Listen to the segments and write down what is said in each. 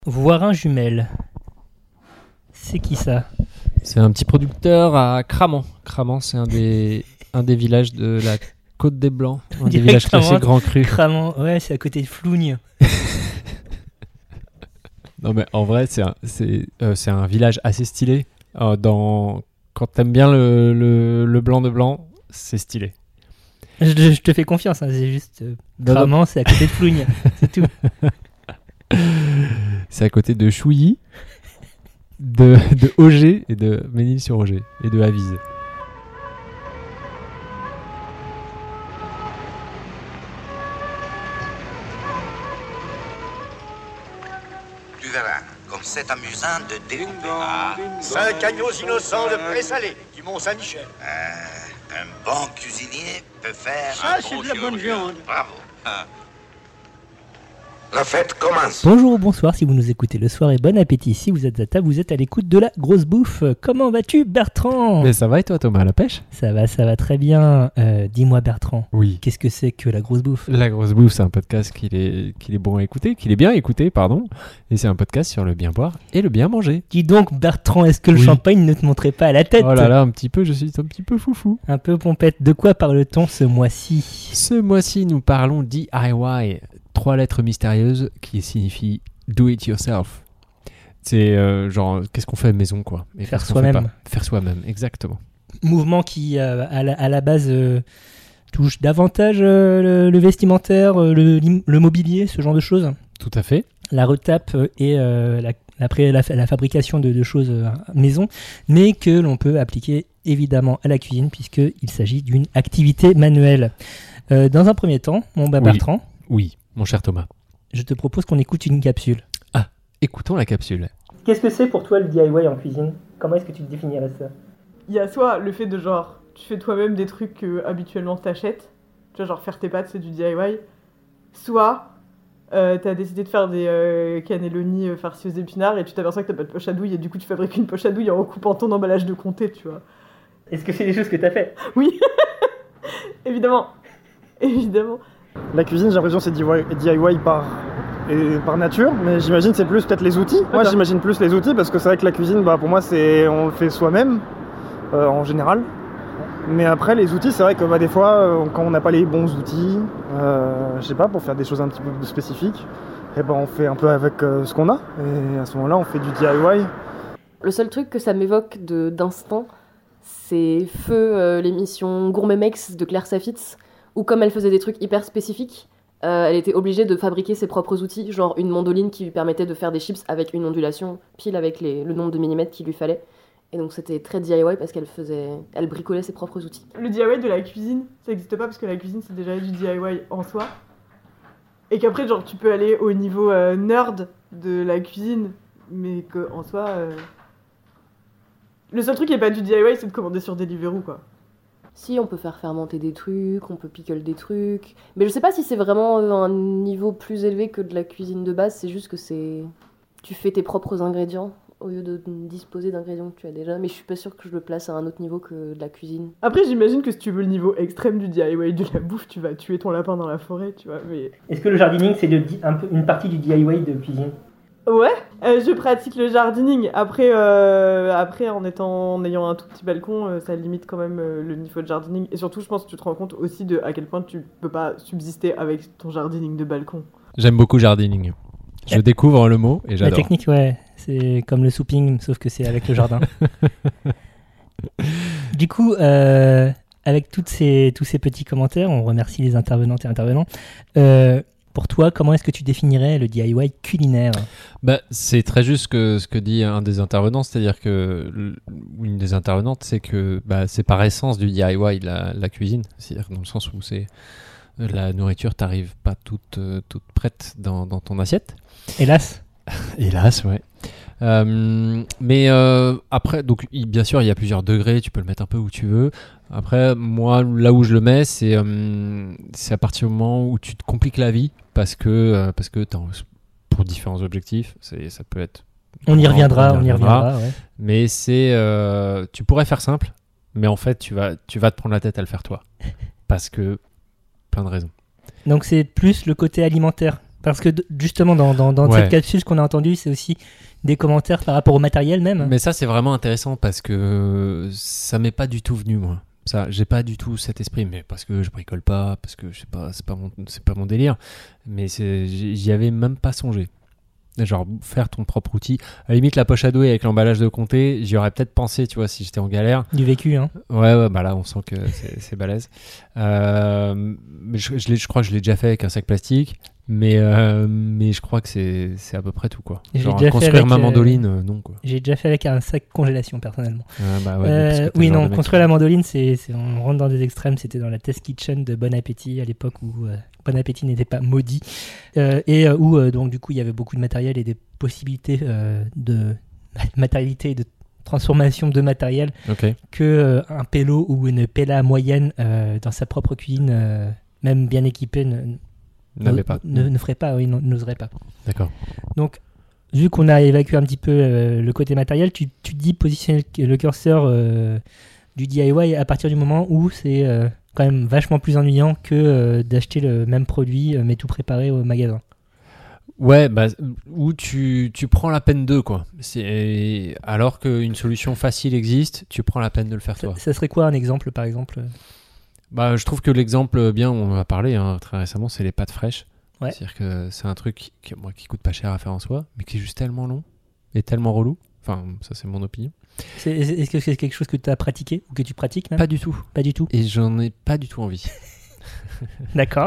Voir un jumelle. C'est qui ça? C'est un petit producteur à Cramant. Cramant, c'est un des villages de la Côte des Blancs. Un des villages classés Grand Cru. Cramant, ouais, c'est à côté de Flougne. Non, mais en vrai, c'est un village assez stylé. Quand t'aimes bien le blanc de blanc, c'est stylé. Je te fais confiance, hein, c'est juste. Cramant, c'est à côté de Flougne. C'est tout. C'est à côté de Chouilly, de Auger et de Ménil-sur-Auger et de Avise. Tu verras, comme c'est amusant de découper. 5 agneaux innocents de Pré-Salé, du Mont-Saint-Michel. Un bon cuisinier peut faire Ça, un c'est bon de la bonne viande. Bravo. La fête commence. Bonjour ou bonsoir si vous nous écoutez le soir et bon appétit. Si vous êtes à table, vous êtes à l'écoute de la grosse bouffe. Comment vas-tu, Bertrand? Mais ça va et toi, Thomas, à la pêche? Ça va très bien. Dis-moi, Bertrand. Oui. Qu'est-ce que c'est que la grosse bouffe? La grosse bouffe, c'est un podcast qu'il est bon à écouter, qu'il est bien écouté, pardon. Et c'est un podcast sur le bien boire et le bien manger. Dis donc, Bertrand, est-ce que le champagne ne te montrait pas à la tête? Oh là là, je suis un petit peu foufou. Un peu pompette. De quoi parle-t-on ce mois-ci? Ce mois-ci, nous parlons DIY. 3 lettres mystérieuses qui signifient do it yourself. C'est genre, qu'est-ce qu'on fait à la maison, quoi. Et Faire soi-même. Faire soi-même, exactement. Mouvement qui, à la base, touche davantage le vestimentaire, le mobilier, ce genre de choses. Tout à fait. La retape et la fabrication de choses maison, mais que l'on peut appliquer évidemment à la cuisine, puisqu'il s'agit d'une activité manuelle. Dans un premier temps, mon Bertrand. Oui, mon cher Thomas. Je te propose qu'on écoute une capsule. Ah, écoutons la capsule. Qu'est-ce que c'est pour toi le DIY en cuisine? Comment est-ce que tu te définirais ça? Il y a soit le fait de genre, tu fais toi-même des trucs que habituellement t'achètes, tu vois, genre faire tes pâtes, c'est du DIY. Soit t'as décidé de faire des cannelloni farcis aux épinards et tu t'aperçois que t'as pas de poche à douille et du coup tu fabriques une poche à douille en recoupant ton emballage de comté, tu vois. Est-ce que c'est des choses que t'as fait? Oui, évidemment. La cuisine, j'ai l'impression que c'est DIY par nature, mais j'imagine que c'est plus peut-être les outils. Moi, j'imagine plus les outils parce que c'est vrai que la cuisine, pour moi, on le fait soi-même, en général. Mais après, les outils, c'est vrai que des fois, quand on n'a pas les bons outils, je sais pas, pour faire des choses un petit peu spécifiques, on fait un peu avec ce qu'on a. Et à ce moment-là, on fait du DIY. Le seul truc que ça m'évoque d'instinct, c'est Feu, l'émission Gourmet Mex de Claire Safitz, où comme elle faisait des trucs hyper spécifiques, elle était obligée de fabriquer ses propres outils, genre une mandoline qui lui permettait de faire des chips avec une ondulation pile avec le nombre de millimètres qu'il lui fallait. Et donc c'était très DIY parce elle bricolait ses propres outils. Le DIY de la cuisine, ça n'existe pas parce que la cuisine c'est déjà du DIY en soi. Et qu'après genre tu peux aller au niveau nerd de la cuisine, mais qu'en soi... Le seul truc qui n'est pas du DIY c'est de commander sur Deliveroo, quoi. Si, on peut faire fermenter des trucs, on peut pickle des trucs. Mais je sais pas si c'est vraiment un niveau plus élevé que de la cuisine de base, c'est juste que tu fais tes propres ingrédients au lieu de disposer d'ingrédients que tu as déjà. Mais je suis pas sûre que je le place à un autre niveau que de la cuisine. Après, j'imagine que si tu veux le niveau extrême du DIY de la bouffe, tu vas tuer ton lapin dans la forêt, tu vois. Mais... Est-ce que le jardining, c'est une partie du DIY de cuisine? Ouais, je pratique le jardining. Après, en ayant un tout petit balcon, ça limite quand même le niveau de jardining. Et surtout, je pense que tu te rends compte aussi de à quel point tu peux pas subsister avec ton jardining de balcon. J'aime beaucoup jardining. Je découvre le mot et j'adore. La technique, ouais, c'est comme le souping, sauf que c'est avec le jardin. Du coup, avec tous ces petits commentaires, on remercie les intervenantes et intervenants. Pour toi, comment est-ce que tu définirais le DIY culinaire? C'est très juste ce que dit un des intervenants, c'est-à-dire que une des intervenantes, c'est que c'est par essence du DIY la cuisine, c'est-à-dire dans le sens où c'est la nourriture t'arrive pas toute prête dans ton assiette. Hélas. Hélas, ouais. Mais après, donc bien sûr, il y a plusieurs degrés, tu peux le mettre un peu où tu veux. Après, moi, là où je le mets, c'est à partir du moment où tu te compliques la vie parce que pour différents objectifs, ça peut être. On y reviendra. Ouais. Mais tu pourrais faire simple, mais en fait, tu vas te prendre la tête à le faire toi, parce que plein de raisons. Donc c'est plus le côté alimentaire Parce que justement, dans Ouais. cette capsule, ce qu'on a entendu, c'est aussi des commentaires par rapport au matériel même. Mais ça, c'est vraiment intéressant parce que ça m'est pas du tout venu, moi. Ça, j'ai pas du tout cet esprit, mais parce que je bricole pas, parce que je sais pas, c'est pas mon délire. Mais j'y avais même pas songé. Genre faire ton propre outil. À la limite, la poche à douille avec l'emballage de comté, j'y aurais peut-être pensé, tu vois, si j'étais en galère. Du vécu, hein. Ouais, bah là, on sent que c'est balèze. Mais je crois que je l'ai déjà fait avec un sac plastique. Mais je crois que c'est à peu près tout, quoi. J'ai Genre déjà fait construire avec, ma mandoline, non, quoi. J'ai déjà fait avec un sac congélation, personnellement. Bah ouais, parce que t'es Oui, le genre non, de mec construire qui- la mandoline, on rentre dans des extrêmes. C'était dans la test kitchen de Bon Appétit, à l'époque où Bon Appétit n'était pas maudit. Où, donc, du coup, il y avait beaucoup de matériel et des possibilités de matérialité et de transformation de matériel Ok. que un pélo ou une pella moyenne dans sa propre cuisine, même bien équipée, N'avait pas. ne ferait pas, oui, n'oserait pas. D'accord. Donc, vu qu'on a évacué un petit peu le côté matériel, tu dis positionner le curseur du DIY à partir du moment où c'est quand même vachement plus ennuyant que d'acheter le même produit mais tout préparé au magasin. Ouais, bah, où tu prends la peine d'eux, quoi. Alors qu'une solution facile existe, tu prends la peine de le faire toi. Ça serait quoi un exemple, par exemple? Bah, je trouve que l'exemple bien, on en a parlé très récemment, c'est les pâtes fraîches. Ouais. C'est-à-dire que c'est un truc qui coûte pas cher à faire en soi, mais qui est juste tellement long et tellement relou. Enfin, ça c'est mon opinion. Est-ce que c'est quelque chose que tu as pratiqué ou que tu pratiques même? Pas du tout. Pas du tout. Et j'en ai pas du tout envie. D'accord.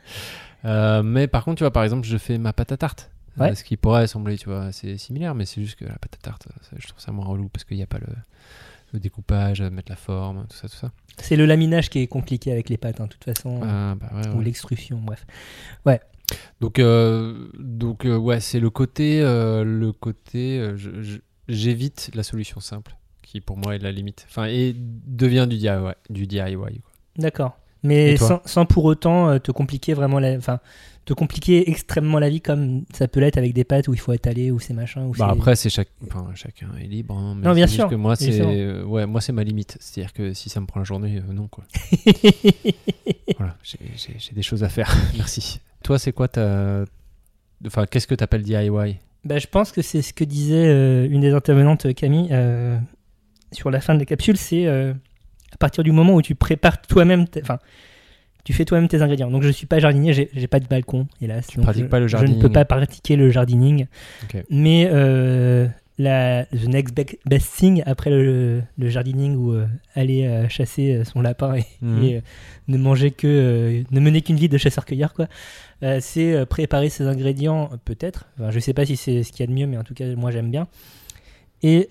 Mais par contre, tu vois, par exemple, je fais ma pâte à tarte. Ouais. Ce qui pourrait sembler, tu vois, assez similaire, mais c'est juste que la pâte à tarte, je trouve ça moins relou parce qu'il n'y a pas le découpage, mettre la forme, tout ça. C'est le laminage qui est compliqué avec les pâtes, hein, de toute façon, Bah ouais, ou ouais. l'extrusion, bref. Donc ouais, c'est le côté, j'évite la solution simple, qui pour moi est la limite. Enfin, et devient du DIY, quoi. D'accord. Mais Et toi sans pour autant te compliquer vraiment te compliquer extrêmement la vie comme ça peut l'être avec des pâtes où il faut étaler ou ces machins. Ou Bah après, chacun est libre. Hein, mais Non, bien c'est juste sûr, que moi, évidemment. moi, c'est ma limite. C'est-à-dire que si ça me prend la journée, non, quoi. Voilà, j'ai des choses à faire. Merci. Toi, c'est quoi Enfin, qu'est-ce que t'appelles DIY? Bah, je pense que c'est ce que disait une des intervenantes, Camille, sur la fin de la capsule, c'est à partir du moment où tu prépares toi-même, tu fais toi-même tes ingrédients. Donc je suis pas jardinier, j'ai pas de balcon, hélas. Tu pratiques pas le Je ne jardining. peux pas pratiquer le jardining. Ok. Mais the next best thing après le jardining ou aller chasser son lapin et ne mener qu'une vie de chasseur-cueilleur, quoi. C'est préparer ses ingrédients, peut-être. Enfin, je sais pas si c'est ce qu'il y a de mieux, mais en tout cas, moi j'aime bien. Et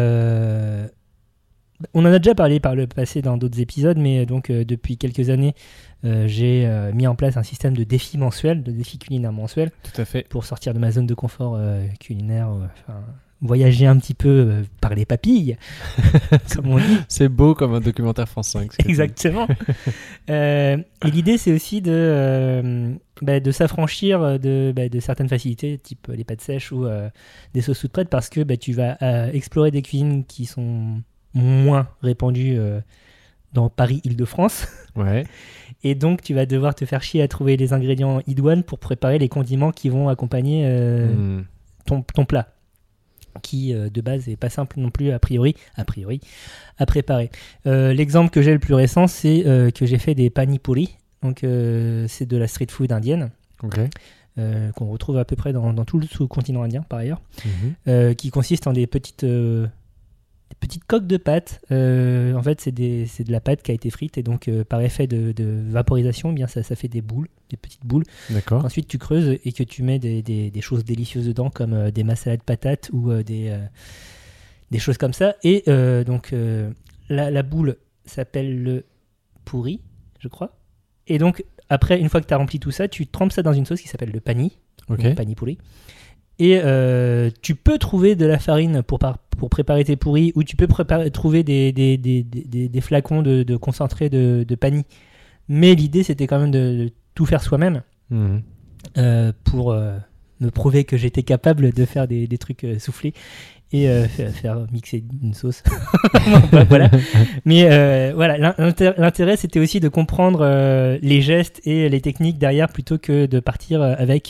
on en a déjà parlé par le passé dans d'autres épisodes, mais donc depuis quelques années, j'ai mis en place un système de défis mensuels, de défis culinaires mensuels, Tout à fait. pour sortir de ma zone de confort culinaire, voyager un petit peu par les papilles, comme on dit. C'est beau comme un documentaire France 5. ce que tu dis. Exactement. Et l'idée, c'est aussi de s'affranchir de certaines facilités, type les pâtes sèches ou des sauces toutes prêtes, parce que tu vas explorer des cuisines qui sont moins répandues dans Paris-Île-de-France. Ouais. Et donc, tu vas devoir te faire chier à trouver les ingrédients idoines pour préparer les condiments qui vont accompagner ton plat, qui de base n'est pas simple non plus a priori à préparer. L'exemple que j'ai le plus récent, c'est que j'ai fait des pani puri. Donc c'est de la street food indienne, Ok. qu'on retrouve à peu près dans tout le sous-continent indien par ailleurs, qui consiste en des petites coques de pâte. En fait, c'est de la pâte qui a été frite et donc par effet de vaporisation, eh bien ça fait des petites boules. D'accord. Ensuite, tu creuses et que tu mets des choses délicieuses dedans, comme des massalas de patates ou des choses comme ça. Et donc, la boule s'appelle le pourri, je crois. Et donc, après, une fois que tu as rempli tout ça, tu trempes ça dans une sauce qui s'appelle le pani, Ok. donc pani pourri. Et tu peux trouver de la farine pour préparer tes pourris, ou tu peux trouver des flacons de concentré de pani. Mais l'idée, c'était quand même de tout faire soi-même pour me prouver que j'étais capable de faire des trucs soufflés et faire mixer une sauce. Voilà. Mais voilà, l'intérêt c'était aussi de comprendre les gestes et les techniques derrière plutôt que de partir avec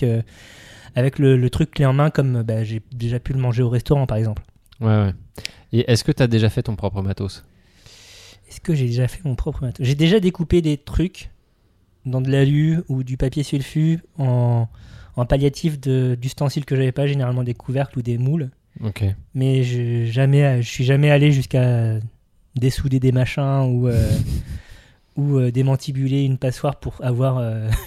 le truc clé en main comme j'ai déjà pu le manger au restaurant par exemple. Ouais. Et est-ce que tu as déjà fait ton propre matos ? Est-ce que j'ai déjà fait mon propre matos ? J'ai déjà découpé des trucs dans de l'alu ou du papier sulfu en palliatif d'ustensiles que j'avais pas, généralement des couvercles ou des moules. Ok. Mais je suis jamais allé jusqu'à dessouder des machins ou démantibuler une passoire pour avoir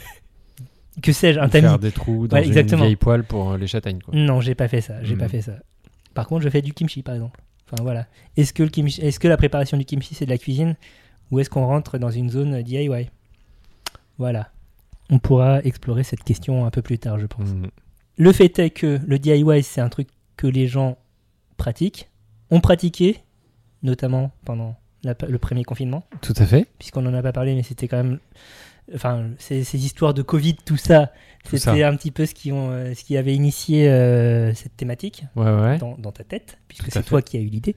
que sais-je, un tamis. Faire des trous dans une vieille poêle pour les châtaignes, quoi. Non, j'ai pas fait ça. Par contre, je fais du kimchi par exemple. Enfin voilà. Est-ce que la préparation du kimchi c'est de la cuisine ou est-ce qu'on rentre dans une zone DIY ? Voilà. On pourra explorer cette question un peu plus tard, je pense. Le fait est que le DIY, c'est un truc que les gens pratiquent, ont pratiqué, notamment pendant le premier confinement. Tout à fait. Puisqu'on n'en a pas parlé, mais c'était quand même... Enfin, ces histoires de Covid, tout ça, c'était un petit peu ce qui avait initié cette thématique dans ta tête, puisque c'est toi qui as eu l'idée.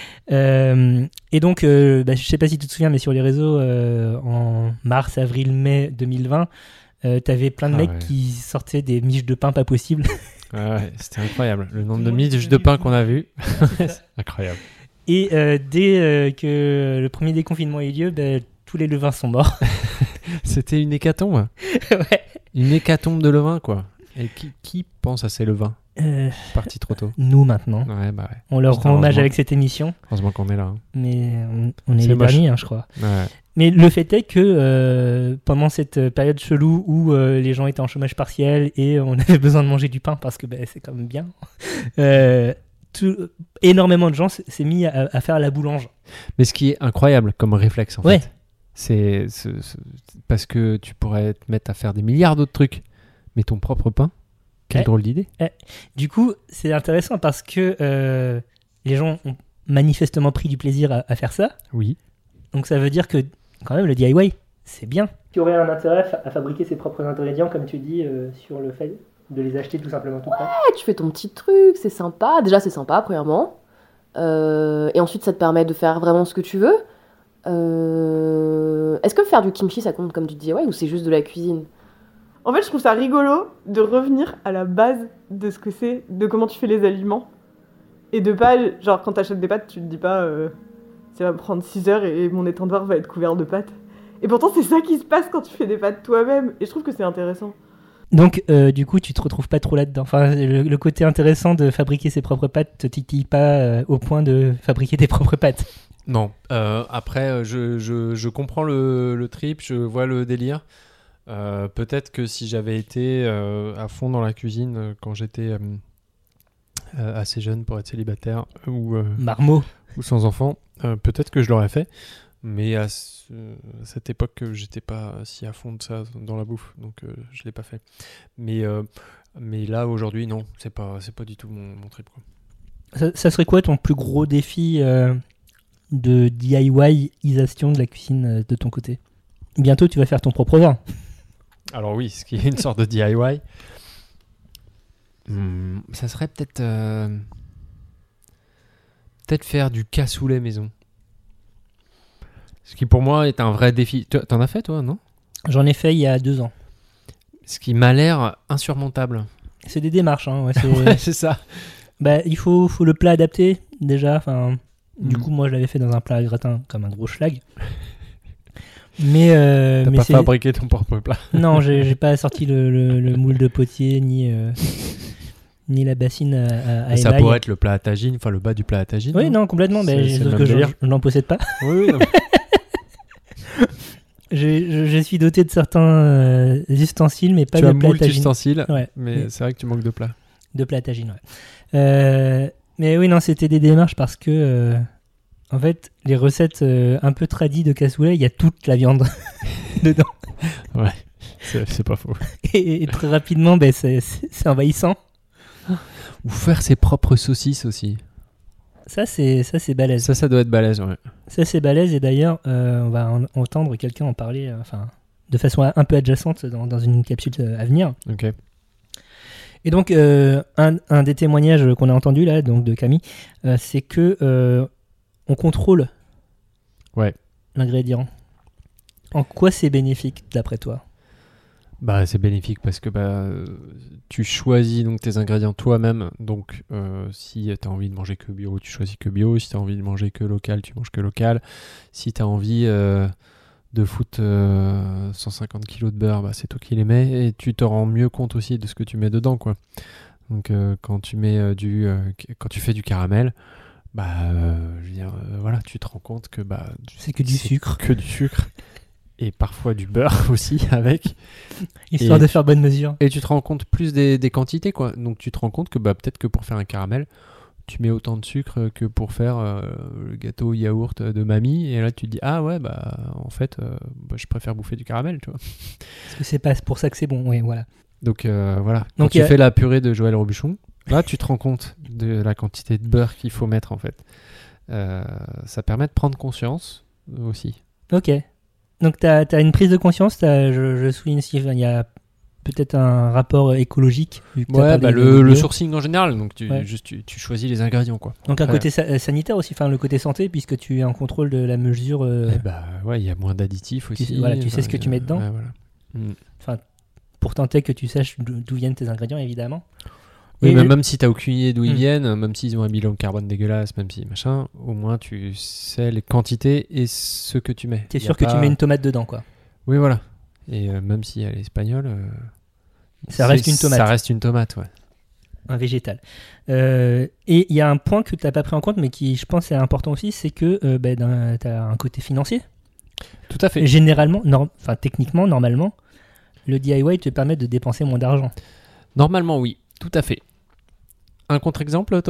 Et donc, je ne sais pas si tu te souviens, mais sur les réseaux, en mars, avril, mai 2020, t'avais plein de mecs qui sortaient des miches de pain pas possibles. Ouais, c'était incroyable. Le nombre de miches de pain qu'on a vu. C'est incroyable. Et dès que le premier déconfinement a eu lieu, tous les levains sont morts. C'était une hécatombe. Ouais. Une hécatombe de levain, quoi. Et qui pense à ces levains partis trop tôt. Nous, maintenant. Ouais. On leur rend hommage avec cette émission. Heureusement qu'on est là. Hein. Mais on est les derniers, je crois. Ouais. Mais le fait est que pendant cette période chelou où les gens étaient en chômage partiel et on avait besoin de manger du pain parce que c'est quand même bien, énormément de gens s'est mis à faire la boulange. Mais ce qui est incroyable comme réflexe, en fait, c'est parce que tu pourrais te mettre à faire des milliards d'autres trucs, mais ton propre pain, quelle drôle d'idée. Du coup, c'est intéressant parce que les gens ont manifestement pris du plaisir à faire ça. Oui. Donc ça veut dire que quand même le DIY, c'est bien. Tu aurais un intérêt à fabriquer ses propres ingrédients, comme tu dis, sur le fait de les acheter tout simplement tout prêt. Tu fais ton petit truc, c'est sympa. Déjà, c'est sympa, premièrement. Et ensuite, ça te permet de faire vraiment ce que tu veux. Est-ce que faire du kimchi, ça compte comme du DIY ou c'est juste de la cuisine ? En fait, je trouve ça rigolo de revenir à la base de ce que c'est, de comment tu fais les aliments. Et de pas, genre, quand t'achètes des pâtes, tu te dis pas, ça va me prendre 6 heures et mon étendoir va être couvert de pâtes. Et pourtant, c'est ça qui se passe quand tu fais des pâtes toi-même. Et je trouve que c'est intéressant. Donc, du coup, tu te retrouves pas trop là-dedans. Enfin, le côté intéressant de fabriquer ses propres pâtes te titille pas au point de fabriquer tes propres pâtes. Non. Après, je comprends le trip, je vois le délire. Peut-être que si j'avais été à fond dans la cuisine quand j'étais assez jeune pour être célibataire ou marmot ou sans enfant, peut-être que je l'aurais fait. Mais à cette époque, j'étais pas si à fond de ça dans la bouffe, donc je l'ai pas fait. Mais là aujourd'hui, non, c'est pas du tout mon trip, quoi. Ça serait quoi ton plus gros défi de DIY-isation de la cuisine de ton côté ? Bientôt, tu vas faire ton propre vin. Alors oui, ce qui est une sorte de DIY. Ça serait peut-être faire du cassoulet maison. Ce qui pour moi est un vrai défi. T'en as fait toi, non ? J'en ai fait il y a 2 ans. Ce qui m'a l'air insurmontable. C'est des démarches, hein. Ouais, c'est ça. Il faut le plat adapté déjà. Du coup, moi je l'avais fait dans un plat à gratin comme un gros schlag. Mais t'as pas fabriqué ton propre plat. Non, j'ai pas sorti le moule de potier ni la bassine à ça émail. pourrait être le plat à tagine, enfin le bas du plat à tagine. Oui, non, complètement. Sauf que je n'en possède pas. Oui, non. Je suis doté de certains ustensiles, mais pas de plat à tagine. Tu as moult ustensiles, ouais. Mais c'est vrai que tu manques de plats. De plat à tagine, ouais. Mais oui, non, c'était des démarches parce que, en fait, les recettes un peu tradies de cassoulet, il y a toute la viande dedans. Ouais, c'est pas faux. Et très rapidement, c'est envahissant. Ou faire ses propres saucisses aussi. Ça, c'est balèze. Ça doit être balèze, ouais. Ça, c'est balèze. Et d'ailleurs, on va entendre quelqu'un en parler de façon un peu adjacente dans une capsule à venir. Ok. Et donc, un des témoignages qu'on a entendu là, donc de Camille, c'est que on contrôle l'ingrédient. En quoi c'est bénéfique d'après toi ? Bah, c'est bénéfique parce que tu choisis donc tes ingrédients toi-même. Donc, si tu as envie de manger que bio, tu choisis que bio. Si tu as envie de manger que local, tu manges que local. Si tu as envie de foutre 150 kilos de beurre, c'est toi qui les mets. Et tu te rends mieux compte aussi de ce que tu mets dedans, quoi. Donc, quand tu mets quand tu fais du caramel, je veux dire, voilà, tu te rends compte que c'est que du sucre. Que du sucre. Et parfois du beurre aussi avec. Histoire de faire bonne mesure. Et tu te rends compte plus des quantités, quoi. Donc tu te rends compte que peut-être que pour faire un caramel, tu mets autant de sucre que pour faire le gâteau yaourt de mamie. Et là tu te dis, ah ouais, en fait, je préfère bouffer du caramel, tu vois. Parce que c'est pas pour ça que c'est bon, oui, voilà. Donc voilà. Quand tu fais la purée de Joël Robuchon, là tu te rends compte de la quantité de beurre qu'il faut mettre, en fait. Ça permet de prendre conscience aussi. Ok. Donc, tu as une prise de conscience, je souligne ici, il y a peut-être un rapport écologique. Le sourcing en général, donc tu choisis les ingrédients, quoi. Donc, un côté sanitaire aussi, le côté santé, puisque tu es en contrôle de la mesure. Il y a moins d'additifs aussi. Tu sais ce que tu mets dedans. Pour tenter que tu saches d'où viennent tes ingrédients, évidemment. Oui, mais même si tu n'as aucune idée d'où ils viennent, même s'ils ont un bilan carbone dégueulasse, même si machin, au moins tu sais les quantités et ce que tu mets. T'es sûr que tu mets une tomate dedans, quoi. Oui, voilà. Et même si elle est espagnole, ça reste une tomate. Ça reste une tomate, ouais. Un végétal. Et il y a un point que tu n'as pas pris en compte, mais qui, je pense, est important aussi, c'est que tu as un côté financier. Tout à fait. Généralement, techniquement, normalement, le DIY te permet de dépenser moins d'argent. Normalement, oui. Tout à fait. Un contre-exemple, Thomas ?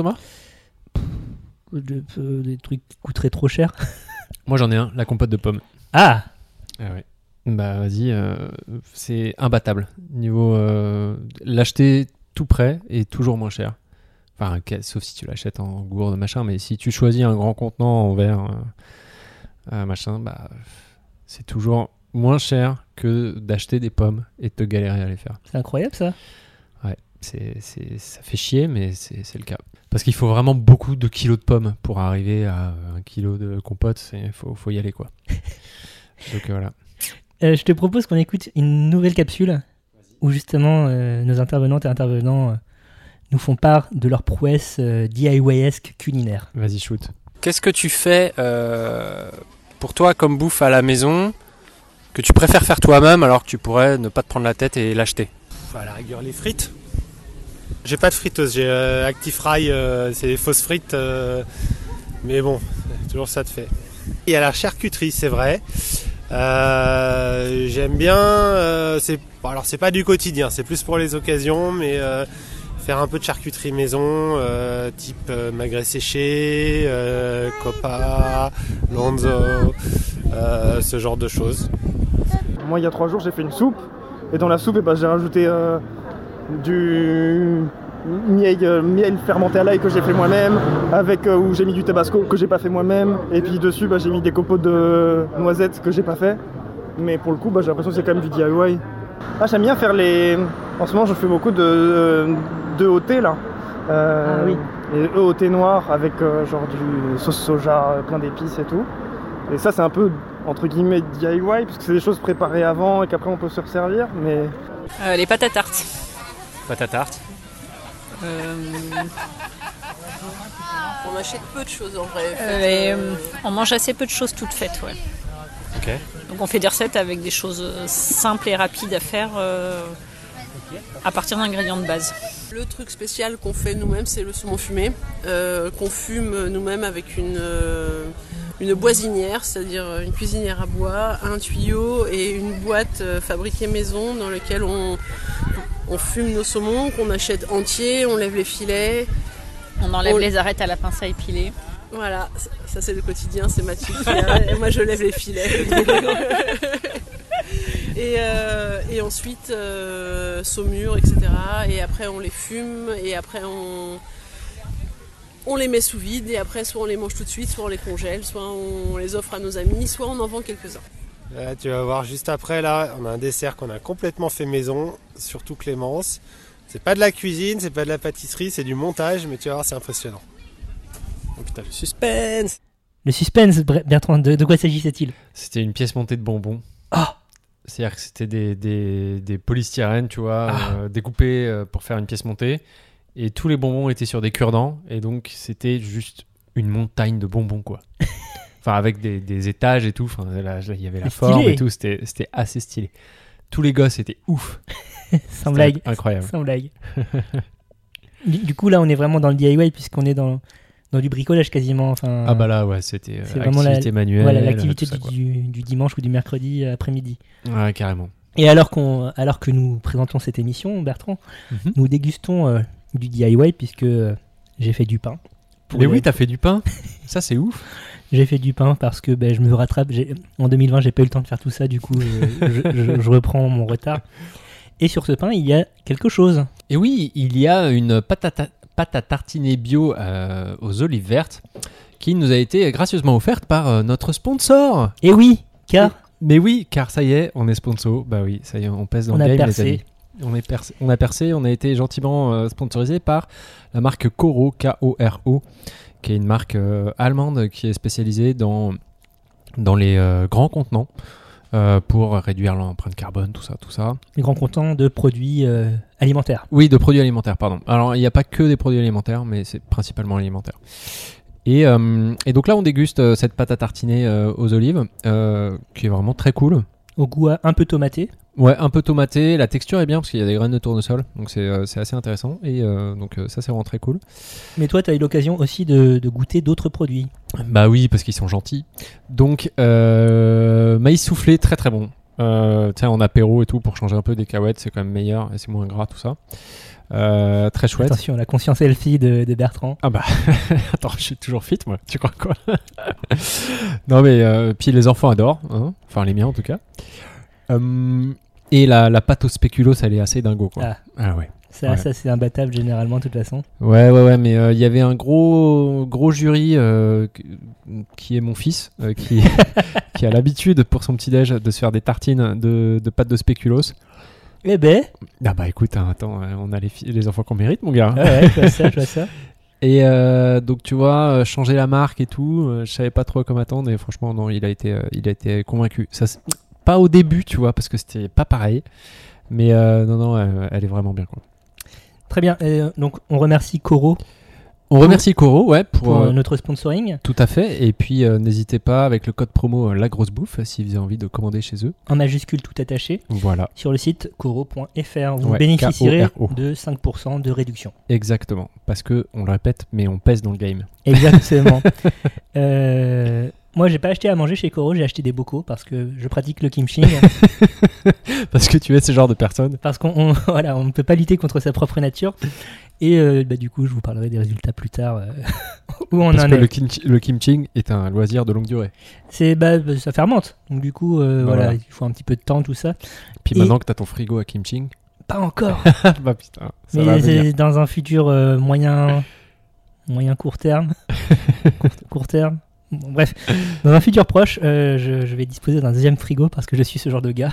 Des trucs qui coûteraient trop cher. Moi, j'en ai un, la compote de pommes. Ah ouais. Vas-y, c'est imbattable. Niveau l'acheter tout prêt est toujours moins cher. Enfin, sauf si tu l'achètes en gourde, machin. Mais si tu choisis un grand contenant en verre, machin, c'est toujours moins cher que d'acheter des pommes et de te galérer à les faire. C'est incroyable, ça. Ouais. Ça fait chier, mais c'est le cas. Parce qu'il faut vraiment beaucoup de kilos de pommes pour arriver à 1 kilo de compote. Il faut y aller, quoi. Donc voilà. Je te propose qu'on écoute une nouvelle capsule où justement nos intervenantes et intervenants nous font part de leur prouesse DIY-esque culinaire. Vas-y, shoot. Qu'est-ce que tu fais pour toi comme bouffe à la maison que tu préfères faire toi-même alors que tu pourrais ne pas te prendre la tête et l'acheter ? À la rigueur, les frites. J'ai pas de friteuse, j'ai Actifry, c'est des fausses frites, mais bon, toujours ça de fait. Il y a la charcuterie, c'est vrai. J'aime bien, c'est pas du quotidien, c'est plus pour les occasions, mais faire un peu de charcuterie maison, type magret séché, Copa, Lonzo, ce genre de choses. Moi, il y a 3 jours, j'ai fait une soupe. Et dans la soupe, j'ai rajouté du miel fermenté à l'ail que j'ai fait moi-même, où j'ai mis du tabasco que j'ai pas fait moi-même. Et puis dessus, j'ai mis des copeaux de noisettes que j'ai pas fait. Mais pour le coup, j'ai l'impression que c'est quand même du DIY. J'aime bien faire En ce moment, je fais beaucoup de EOT là. Oui. Et EOT noir avec genre du sauce soja, plein d'épices et tout. Et ça, c'est un peu entre guillemets DIY parce que c'est des choses préparées avant et qu'après on peut se resservir. Mais les pâtes à tarte. Pâtes à tarte. On achète peu de choses en vrai. On mange assez peu de choses toutes faites, ouais. Ok. Donc on fait des recettes avec des choses simples et rapides à faire à partir d'ingrédients de base. Le truc spécial qu'on fait nous-mêmes, c'est le saumon fumé, qu'on fume nous-mêmes avec une boisinière, c'est-à-dire une cuisinière à bois, un tuyau et une boîte fabriquée maison dans laquelle on fume nos saumons, qu'on achète entiers, on lève les filets. On enlève les arêtes à la pince à épiler. Voilà, ça c'est le quotidien, c'est Mathilde. Moi je lève les filets. Et ensuite saumure, etc. Et après on les fume et après on les met sous vide et après soit on les mange tout de suite, soit on les congèle, soit on les offre à nos amis, soit on en vend quelques-uns. Tu vas voir juste après là, on a un dessert qu'on a complètement fait maison, surtout Clémence. C'est pas de la cuisine, c'est pas de la pâtisserie, c'est du montage, mais tu vas voir, c'est impressionnant. Oh putain, le suspense. Le suspense, Bertrand, de quoi s'agissait-il? C'était une pièce montée de bonbons. Ah. C'est-à-dire que c'était des polystyrènes, tu vois, découpés pour faire une pièce montée. Et tous les bonbons étaient sur des cure-dents. Et donc, c'était juste une montagne de bonbons, quoi. Enfin, avec des étages et tout. Enfin, là, il y avait la forme et tout. C'était assez stylé. Tous les gosses étaient ouf. Sans blague. Incroyable. Sans blague. Du coup, là, on est vraiment dans le DIY puisqu'on est dans du bricolage quasiment. Enfin, ah bah là, ouais, c'était vraiment activité manuelle. Voilà, l'activité du dimanche ou du mercredi après-midi. Ouais, carrément. Et alors que nous présentons cette émission, Bertrand, nous dégustons du DIY puisque j'ai fait du pain. Mais oui, t'as fait du pain. Ça, c'est ouf. J'ai fait du pain parce que je me rattrape. En 2020, j'ai pas eu le temps de faire tout ça. Du coup, je reprends mon retard. Et sur ce pain, il y a quelque chose. Et oui, il y a une pâte à tartiner bio aux olives vertes qui nous a été gracieusement offerte par notre sponsor. Et oui, car... Mais oui, car ça y est, on est sponsor. Bah oui, ça y est, on pèse dans le game, les amis. On a percé, on a été gentiment sponsorisé par la marque Koro, K-O-R-O, qui est une marque allemande qui est spécialisée dans les grands contenants pour réduire l'empreinte carbone, tout ça. Les grands contenants de produits alimentaires. Oui, de produits alimentaires, pardon. Alors, il n'y a pas que des produits alimentaires, mais c'est principalement alimentaire. Et donc là, on déguste cette pâte à tartiner aux olives, qui est vraiment très cool. Au goût un peu tomaté. Ouais, un peu tomaté. La texture est bien parce qu'il y a des graines de tournesol, donc c'est assez intéressant. Et donc ça, c'est vraiment très cool. Mais toi, tu as eu l'occasion aussi de goûter d'autres produits. Bah oui, parce qu'ils sont gentils. Donc maïs soufflé, très très bon. Tiens, en apéro et tout, pour changer un peu des cacahuètes, c'est quand même meilleur et c'est moins gras, tout ça. Très chouette. Attention, la conscience healthy de Bertrand. Ah bah, attends, je suis toujours fit, moi. Tu crois quoi? Non mais, puis les enfants adorent, hein, enfin les miens en tout cas. Et la pâte au spéculoos, elle est assez dingo, quoi. Ah ouais. Ça c'est imbattable généralement de toute façon. Ouais, mais il y avait un gros jury qui est mon fils, qui a l'habitude pour son petit-déj de se faire des tartines de pâte de spéculoos. Eh ben. Ah bah écoute, attends, on a les enfants qu'on mérite, mon gars. Ouais, je vois ça. Et donc tu vois, changer la marque et tout, je savais pas trop comment attendre et franchement non, il a été convaincu. Ça, pas au début, tu vois, parce que c'était pas pareil, mais non, elle est vraiment bien, quoi. Très bien. Donc on remercie Koro. On remercie Koro, ouais, pour notre sponsoring. Tout à fait. Et puis n'hésitez pas avec le code promo La Grosse Bouffe si vous avez envie de commander chez eux. En majuscule tout attaché. Voilà. Sur le site koro.fr. Vous bénéficierez de 5% de réduction. Exactement. Parce que, on le répète, mais on pèse dans le game. Exactement. Moi, j'ai pas acheté à manger chez Koro, j'ai acheté des bocaux parce que je pratique le kimchi. Parce que tu es ce genre de personne. Parce qu'on ne peut pas lutter contre sa propre nature. Et du coup, je vous parlerai des résultats plus tard. Où on parce en que est. Le kimchi est un loisir de longue durée. Ça fermente. Donc du coup, voilà, il faut un petit peu de temps, tout ça. Puis maintenant que tu as ton frigo à kimchi. Pas encore. Bah putain. Mais c'est dans un futur moyen court terme. court terme. Bon, bref, dans un futur proche, je vais disposer d'un deuxième frigo parce que je suis ce genre de gars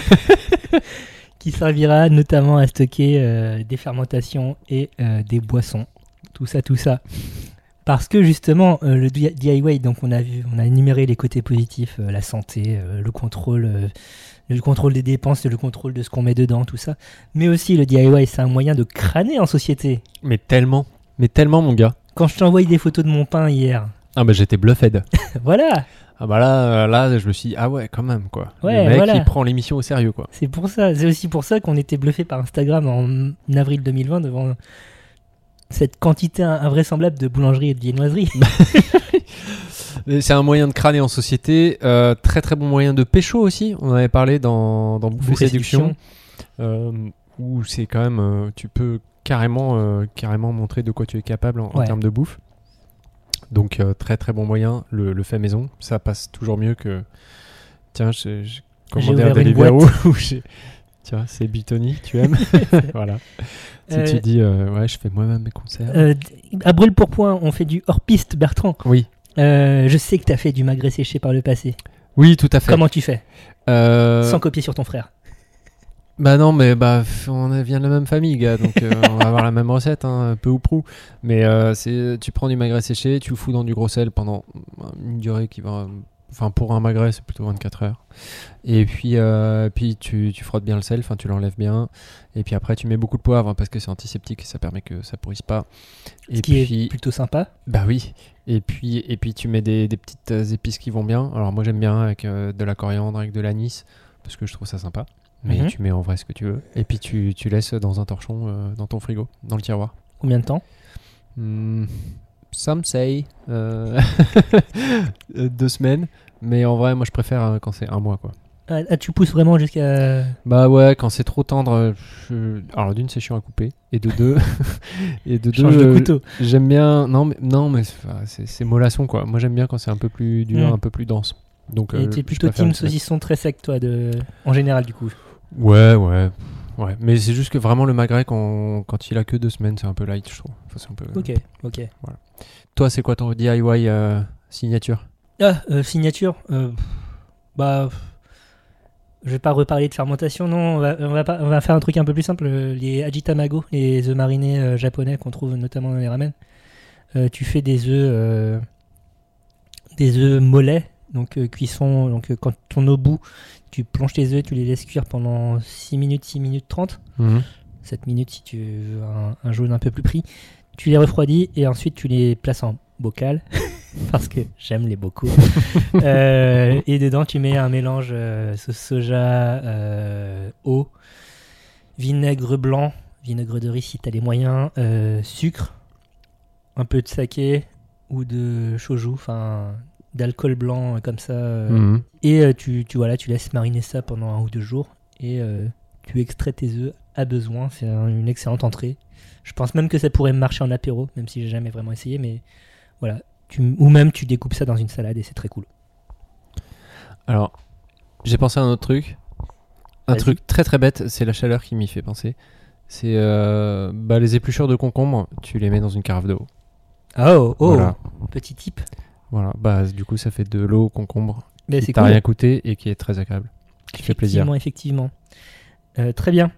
qui servira notamment à stocker des fermentations et des boissons. Tout ça. Parce que justement, le DIY, donc on a énuméré les côtés positifs, la santé, le contrôle des dépenses, le contrôle de ce qu'on met dedans, tout ça. Mais aussi le DIY, c'est un moyen de crâner en société. Mais tellement, mon gars. Quand je t'ai envoyé des photos de mon pain hier. Ah bah j'étais bluffé. Voilà. Ah bah là je me suis dit, ah ouais, quand même, quoi. Ouais, le mec, voilà. il prend l'émission au sérieux, quoi. C'est aussi pour ça qu'on était bluffé par Instagram en avril 2020 devant cette quantité invraisemblable de boulangerie et de viennoiserie. C'est un moyen de crâner en société, très très bon moyen de pécho aussi. On en avait parlé dans Bouffe et Séduction, où c'est quand même, tu peux carrément montrer de quoi tu es capable en termes de bouffe. Donc très très bon moyen, le fait maison, ça passe toujours mieux que tiens, j'ai commandé un Deliveroo où tu vois, c'est Bitoni, tu aimes. Voilà. Si tu dis ouais, je fais moi-même mes conserves. À brûle pour point, on fait du hors-piste, Bertrand. Oui. Je sais que tu as fait du magret séché par le passé. Oui, tout à fait. Comment tu fais sans copier sur ton frère? Bah non, mais on vient de la même famille, gars, donc on va avoir la même recette, hein, peu ou prou. Mais tu prends du magret séché, tu le fous dans du gros sel pendant une durée qui va... Enfin, pour un magret, c'est plutôt 24 heures. Et puis tu frottes bien le sel, enfin tu l'enlèves bien. Et puis après, tu mets beaucoup de poivre, hein, parce que c'est antiseptique et ça permet que ça pourrisse pas. Ce qui est plutôt sympa. Bah oui. Et puis tu mets des petites épices qui vont bien. Alors moi, j'aime bien avec de la coriandre, avec de l'anis, parce que je trouve ça sympa. Mais tu mets en vrai ce que tu veux. Et puis tu laisses dans un torchon dans ton frigo, dans le tiroir. Combien de temps? Some say 2 semaines. Mais en vrai, moi je préfère quand c'est 1 mois, quoi. Ah, tu pousses vraiment jusqu'à... Bah ouais, quand c'est trop tendre, alors d'une c'est chiant à couper, et de deux, Change de couteau. J'aime bien, non mais c'est mollasson, quoi. Moi j'aime bien quand c'est un peu plus dur, un peu plus dense. Donc, et t'es plutôt team saucisson très sec, toi, en général, du coup. Ouais, mais c'est juste que vraiment le magret, quand il a que 2 semaines, c'est un peu light, je trouve. Enfin, c'est un peu... Ok. Voilà. Toi, c'est quoi ton DIY signature? Signature, je vais pas reparler de fermentation, non, on va faire un truc un peu plus simple, les ajitamago, les œufs marinés japonais qu'on trouve notamment dans les ramen. Tu fais des œufs mollets, donc cuisson, donc quand ton eau bout, tu plonges tes œufs, tu les laisses cuire pendant 6 minutes 30, 7 minutes si tu veux un jaune un peu plus pris, tu les refroidis et ensuite tu les places en bocal parce que j'aime les bocaux et dedans tu mets un mélange sauce soja, eau, vinaigre blanc, vinaigre de riz si t'as les moyens, sucre, un peu de saké ou de shoju, enfin d'alcool blanc comme ça, et tu laisses mariner ça pendant 1 ou 2 jours et tu extrais tes œufs à besoin. C'est une excellente entrée. Je pense même que ça pourrait marcher en apéro, même si j'ai jamais vraiment essayé, mais voilà. Ou même tu découpes ça dans une salade et c'est très cool. Alors, j'ai pensé à un autre truc. Un truc très très bête, c'est la chaleur qui m'y fait penser. C'est les épluchures de concombre, tu les mets dans une carafe d'eau. Voilà. Petit tip. Voilà, du coup ça fait de l'eau au concombre qui t'a cool. rien coûté et qui est très agréable, qui fait plaisir. Effectivement. Très bien.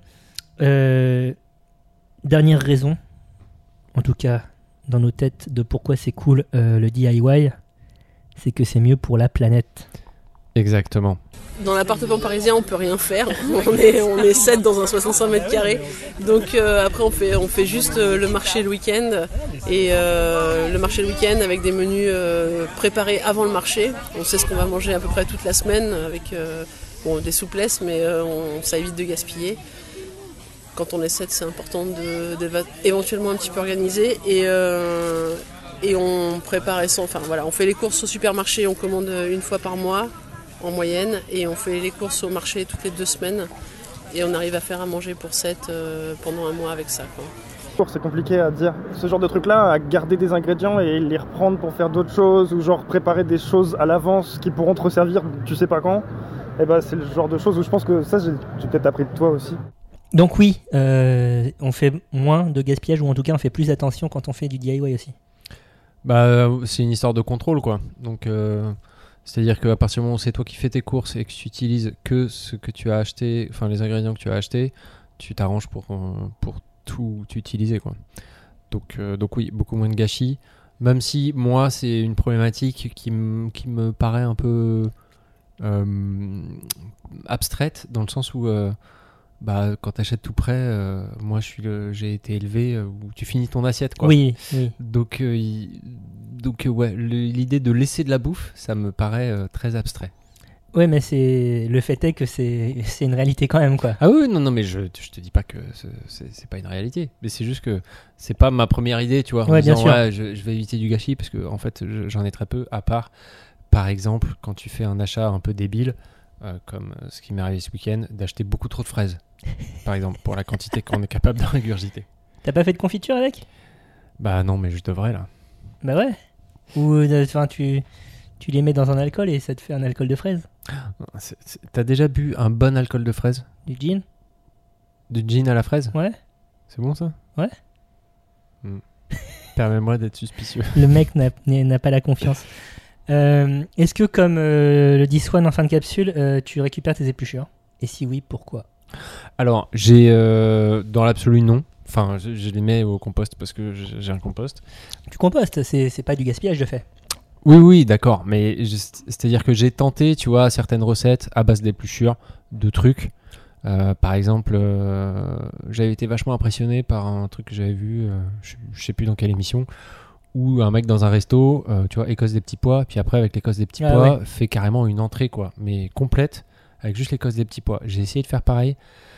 Dernière raison, en tout cas dans nos têtes, de pourquoi c'est cool le DIY, c'est que c'est mieux pour la planète. Exactement. Dans l'appartement parisien, on peut rien faire. On est 7 dans un 65 mètres carrés. Donc après, on fait juste le marché le week-end. Et le marché le week-end avec des menus préparés avant le marché. On sait ce qu'on va manger à peu près toute la semaine avec des souplesses, mais ça évite de gaspiller. Quand on est 7, c'est important d'être éventuellement un petit peu organisé. Et on prépare on fait les courses au supermarché, on commande 1 fois par mois en moyenne, et on fait les courses au marché toutes les 2 semaines, et on arrive à faire à manger pour 7 pendant 1 mois avec ça, quoi. C'est compliqué à dire. Ce genre de truc-là, à garder des ingrédients et les reprendre pour faire d'autres choses, ou genre préparer des choses à l'avance qui pourront te resservir tu sais pas quand, c'est le genre de choses où je pense que ça, j'ai peut-être appris de toi aussi. Donc oui, on fait moins de gaspillage, ou en tout cas on fait plus attention quand on fait du DIY aussi. C'est une histoire de contrôle, quoi. Donc c'est-à-dire qu'à partir du moment où c'est toi qui fais tes courses et que tu utilises que ce que tu as acheté, enfin les ingrédients que tu as achetés, tu t'arranges pour tout utiliser, quoi. Donc oui, beaucoup moins de gâchis. Même si moi c'est une problématique qui me paraît un peu abstraite, dans le sens où quand tu achètes tout prêt, moi j'ai été élevé où tu finis ton assiette, quoi. Oui. Donc l'idée de laisser de la bouffe, ça me paraît très abstrait. Ouais, mais le fait est que c'est une réalité quand même, quoi. Ah oui, non, mais je te dis pas que c'est pas une réalité, mais c'est juste que c'est pas ma première idée, tu vois. Ouais, bien sûr. Je vais éviter du gâchis parce que en fait j'en ai très peu, à part par exemple quand tu fais un achat un peu débile, comme ce qui m'est arrivé ce week-end, d'acheter beaucoup trop de fraises, par exemple, pour la quantité qu'on est capable de régurgiter. T'as pas fait de confiture avec ? Bah non, mais je devrais là. Bah ouais. Ou tu les mets dans un alcool et ça te fait un alcool de fraise. T'as déjà bu un bon alcool de fraise ? Du gin ? Du gin à la fraise ? Ouais. C'est bon ça ? Ouais. Permets-moi d'être suspicieux. Le mec n'a pas la confiance. Est-ce que, comme le dit Swan en fin de capsule, tu récupères tes épluchures ? Et si oui, pourquoi ? Alors, j'ai dans l'absolu non. Enfin, je les mets au compost parce que j'ai un compost. Tu compostes, c'est pas du gaspillage de fait. Oui, d'accord. Mais c'est-à-dire que j'ai tenté, tu vois, certaines recettes à base d'épluchures de trucs. Par exemple, j'avais été vachement impressionné par un truc que j'avais vu, je sais plus dans quelle émission, où un mec dans un resto, tu vois, écosse des petits pois, puis après avec l'écosse des petits pois, fait carrément une entrée, quoi, mais complète, avec juste l'écosse des petits pois. J'ai essayé de faire pareil.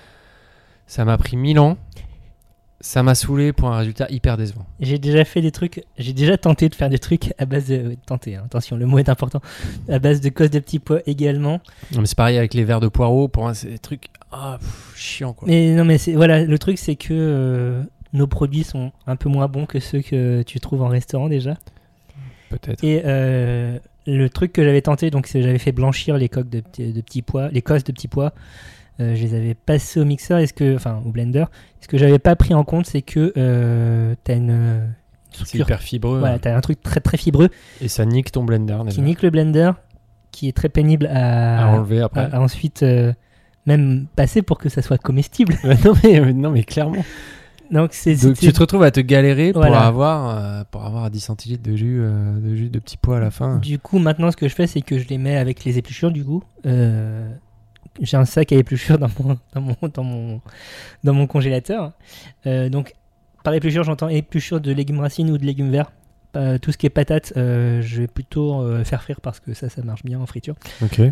Ça m'a pris 1000 ans. Ça m'a saoulé pour un résultat hyper décevant. J'ai déjà tenté de faire des trucs à base de... Tenter, hein, attention, le mot est important. À base de cosses de petits pois également. Non, mais c'est pareil avec les verres de poireaux, pour moi c'est des trucs chiants, quoi. Mais non, mais voilà, le truc c'est que nos produits sont un peu moins bons que ceux que tu trouves en restaurant déjà. Peut-être. Et le truc que j'avais tenté, donc c'est j'avais fait blanchir les coques de petits pois, les cosses de petits pois. Je les avais passés au mixeur, au blender. Ce que j'avais pas pris en compte, c'est que t'as une structure. C'est hyper fibreux. Voilà, t'as un truc très très fibreux. Et ça nique ton blender. Qui nique le blender, qui est très pénible à enlever après. À ensuite même passer pour que ça soit comestible. non mais clairement. Donc tu te retrouves à te galérer pour avoir 10 centilitres de jus de petits pois à la fin. Du coup, maintenant, ce que je fais, c'est que je les mets avec les épluchures, du coup. J'ai un sac à épluchures dans mon congélateur. Donc, par épluchures, j'entends épluchures de légumes racines ou de légumes verts. Tout ce qui est patates, je vais plutôt faire frire parce que ça marche bien en friture. Ok.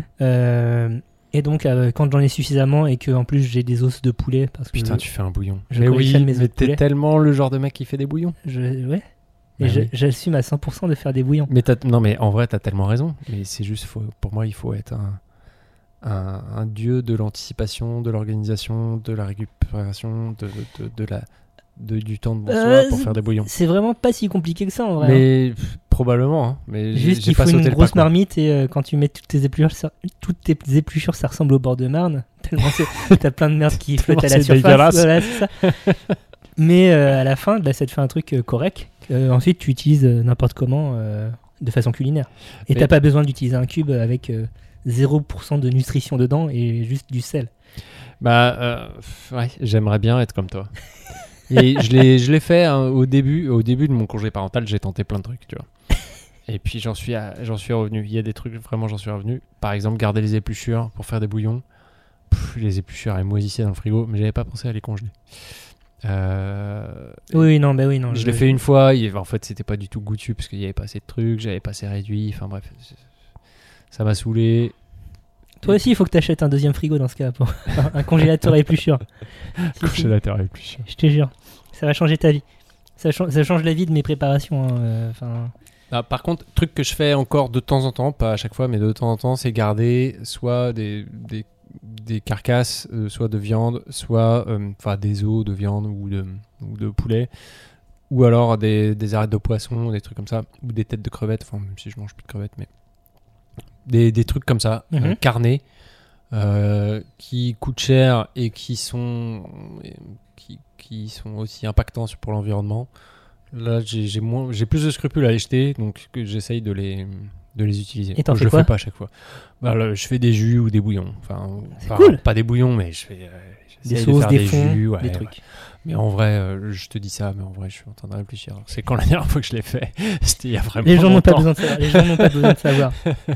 Et donc, quand j'en ai suffisamment et que en plus j'ai des os de poulet. Parce que putain, tu fais un bouillon. Mais oui, mais t'es tellement le genre de mec qui fait des bouillons. Ouais. Et j'assume à 100% de faire des bouillons. Non, mais en vrai, t'as tellement raison. Mais c'est juste, pour moi, il faut être un dieu de l'anticipation, de l'organisation, de la récupération, du temps de bonsoir pour faire des bouillons. C'est vraiment pas si compliqué que ça en vrai. Mais probablement. Hein. Mais juste qu'il faut une grosse marmite et quand tu mets toutes tes épluchures, ça ressemble au bord de Marne. Tellement t'as plein de merde qui flotte à la surface. Voilà, c'est ça. Mais à la fin, ça te fait un truc correct. Ensuite, tu utilises n'importe comment de façon culinaire. Et t'as pas besoin d'utiliser un cube avec 0% de nutrition dedans et juste du sel. Ouais, j'aimerais bien être comme toi. Et je l'ai fait au début de mon congé parental, j'ai tenté plein de trucs, tu vois. Et puis j'en suis revenu. Il y a des trucs, vraiment, j'en suis revenu. Par exemple, garder les épluchures pour faire des bouillons. Les épluchures, elles moisissaient dans le frigo, mais j'avais pas pensé à les congeler. Oui, non. Je l'ai fait une fois. En fait, c'était pas du tout goûtu parce qu'il y avait pas assez de trucs, j'avais pas assez réduit. Enfin bref, ça m'a saoulé. Toi aussi, il faut que tu achètes un deuxième frigo dans ce cas, pour un congélateur à épluchures. Congélateur à épluchures. Je te jure, ça va changer ta vie. Ça change la vie de mes préparations. Par contre, truc que je fais encore de temps en temps, pas à chaque fois, mais de temps en temps, c'est garder soit des carcasses, soit de viande, soit des os de viande ou de poulet, ou alors des arêtes de poisson, des trucs comme ça, ou des têtes de crevettes, même si je mange plus de crevettes, mais des trucs comme ça, carnés, qui coûtent cher et qui sont aussi impactants pour l'environnement. Là, j'ai plus de scrupules à les jeter, donc j'essaye de les utiliser. Et t'en je fais quoi ? Le fais pas à chaque fois. Là, je fais des jus ou des bouillons. C'est cool. Pas des bouillons, mais je fais des sauces, des fonds, jus, des trucs. Ouais. Mais en vrai, je te dis ça, mais en vrai, je suis en train de réfléchir. C'est quand la dernière fois que je l'ai fait, c'était il y a vraiment Les gens n'ont pas longtemps. besoin de savoir. Les gens n'ont pas besoin de savoir.